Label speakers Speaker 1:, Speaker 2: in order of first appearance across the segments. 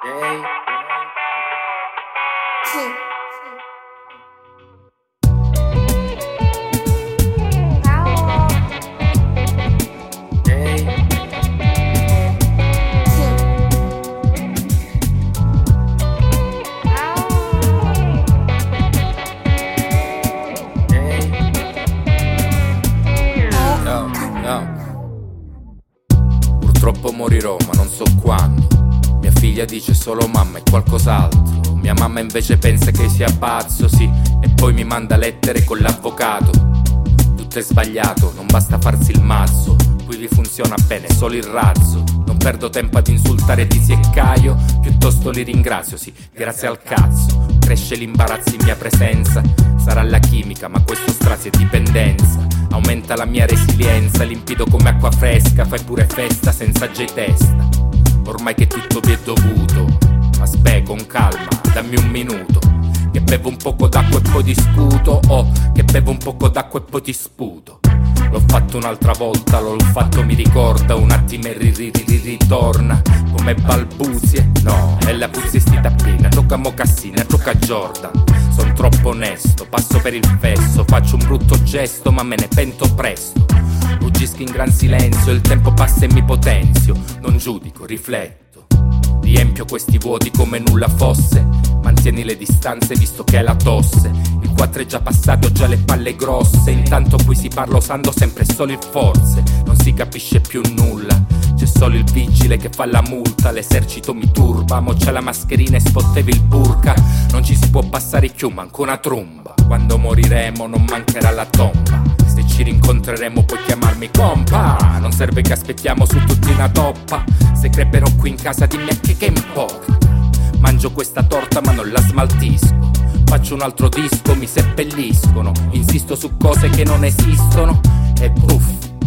Speaker 1: Purtroppo morirò, ma non so quando. Mia figlia dice solo mamma e qualcos'altro. Mia mamma invece pensa che sia pazzo, sì, e poi mi manda lettere con l'avvocato. Tutto è sbagliato, non basta farsi il mazzo. Qui vi funziona bene solo il razzo. Non perdo tempo ad insultare Tizi e Caio, piuttosto li ringrazio, sì, grazie al cazzo. Cresce l'imbarazzo in mia presenza. Sarà la chimica, ma questo strazio è dipendenza. Aumenta la mia resilienza, limpido come acqua fresca. Fai pure festa senza J-testa. Ormai che tutto vi è dovuto, ma con calma, dammi un minuto. Che bevo un poco d'acqua e poi discuto. Oh, che bevo un poco d'acqua e poi ti sputo. L'ho fatto un'altra volta, l'ho fatto mi ricorda. Un attimo e ritorna. Come balbuzie, no, è la puzia sti tappina. Gioca mocassina, gioca Jordan. Son troppo onesto, passo per il fesso. Faccio un brutto gesto ma me ne pento presto. Ruggisco in gran silenzio, il tempo passa e mi potenzio. Non giudico, rifletto. Riempio questi vuoti come nulla fosse. Mantieni le distanze visto che è la tosse. Il 4 è già passato, ho già le palle grosse. Intanto qui si parla usando sempre solo il forse. Non si capisce più nulla. C'è solo il vigile che fa la multa. L'esercito mi turba, mo c'è la mascherina e spottevi il burka. Non ci si può passare più, manco una tromba. Quando moriremo non mancherà la tomba. Se ci rincontreremo puoi chiamarmi compa. Non serve che aspettiamo su tutti una toppa. Se creperò qui in casa dimmi a che importa. Mangio questa torta ma non la smaltisco. Faccio un altro disco, mi seppelliscono. Insisto su cose che non esistono e puff,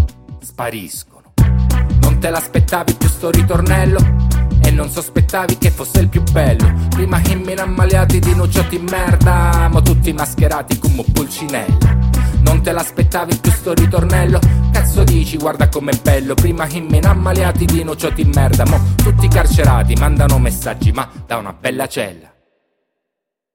Speaker 1: spariscono. Non te l'aspettavi più sto ritornello? E non sospettavi che fosse il più bello. Prima che mi ammaliati di noccioti in merda, ma tutti mascherati come Pulcinella. Non te l'aspettavi più sto ritornello? Cazzo dici, guarda com'è bello. Prima che me ne ammaliati di noccioti in merda, mo tutti carcerati mandano messaggi, ma da una bella cella.